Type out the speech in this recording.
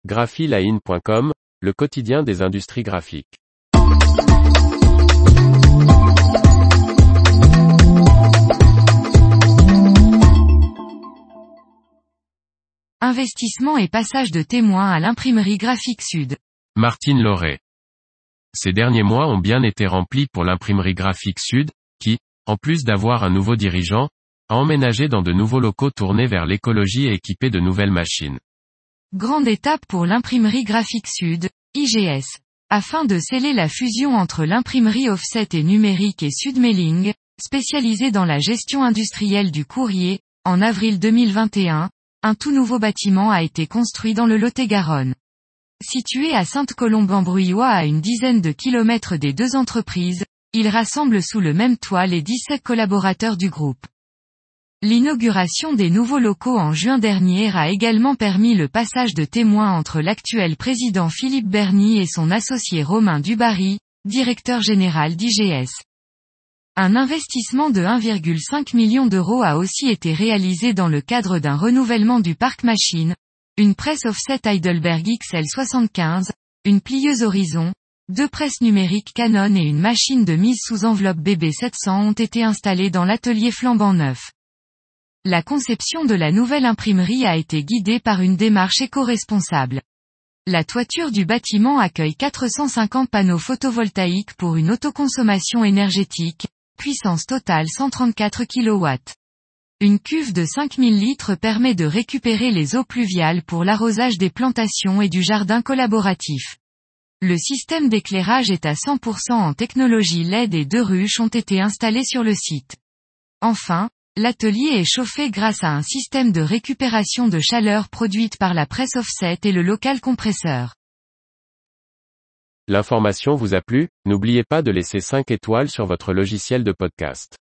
graphiline.com, le quotidien des industries graphiques. Investissement et passage de témoin à l'imprimerie graphique Sud. Martine Lauré. Ces derniers mois ont bien été remplis pour l'imprimerie graphique Sud, qui, en plus d'avoir un nouveau dirigeant, a emménagé dans de nouveaux locaux tournés vers l'écologie et équipés de nouvelles machines. Grande étape pour l'imprimerie graphique Sud, IGS. Afin de sceller la fusion entre l'imprimerie offset et numérique et Sud Mailing, spécialisée dans la gestion industrielle du courrier, en avril 2021, un tout nouveau bâtiment a été construit dans le Lot-et-Garonne. Situé à Sainte-Colombe-en-Bruylois à une dizaine de kilomètres des deux entreprises, il rassemble sous le même toit les 17 collaborateurs du groupe. L'inauguration des nouveaux locaux en juin dernier a également permis le passage de témoin entre l'actuel président Philippe Berny et son associé Romain Dubarry, directeur général d'IGS. Un investissement de 1,5 million d'euros a aussi été réalisé dans le cadre d'un renouvellement du parc machine, une presse offset Heidelberg XL75, une plieuse Horizon, 2 presses numériques Canon et une machine de mise sous enveloppe BB700 ont été installées dans l'atelier flambant neuf. La conception de la nouvelle imprimerie a été guidée par une démarche éco-responsable. La toiture du bâtiment accueille 450 panneaux photovoltaïques pour une autoconsommation énergétique, puissance totale 134 kW. Une cuve de 5000 litres permet de récupérer les eaux pluviales pour l'arrosage des plantations et du jardin collaboratif. Le système d'éclairage est à 100% en technologie LED et 2 ruches ont été installées sur le site. Enfin, l'atelier est chauffé grâce à un système de récupération de chaleur produite par la presse offset et le local compresseur. L'information vous a plu? N'oubliez pas de laisser 5 étoiles sur votre logiciel de podcast.